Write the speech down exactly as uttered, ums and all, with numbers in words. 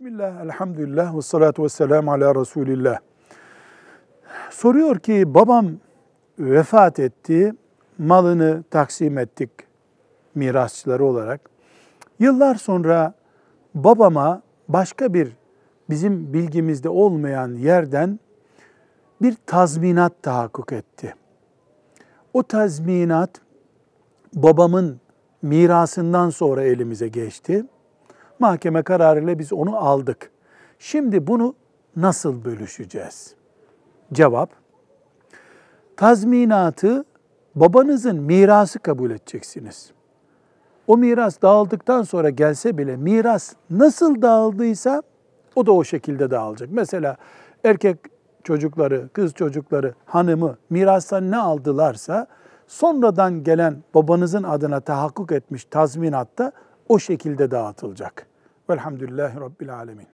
Bismillah, elhamdülillah ve salatu ve selamu ala Resulillah. Soruyor ki babam vefat etti, malını taksim ettik mirasçıları olarak. Yıllar sonra babama başka bir bizim bilgimizde olmayan yerden bir tazminat tahakkuk etti. O tazminat babamın mirasından sonra elimize geçti. Mahkeme kararıyla biz onu aldık. Şimdi bunu nasıl bölüşeceğiz? Cevap, tazminatı babanızın mirası kabul edeceksiniz. O miras dağıldıktan sonra gelse bile miras nasıl dağıldıysa o da o şekilde dağılacak. Mesela erkek çocukları, kız çocukları, hanımı mirastan ne aldılarsa sonradan gelen babanızın adına tahakkuk etmiş tazminatta o şekilde dağıtılacak. Velhamdülillahi Rabbil Alemin.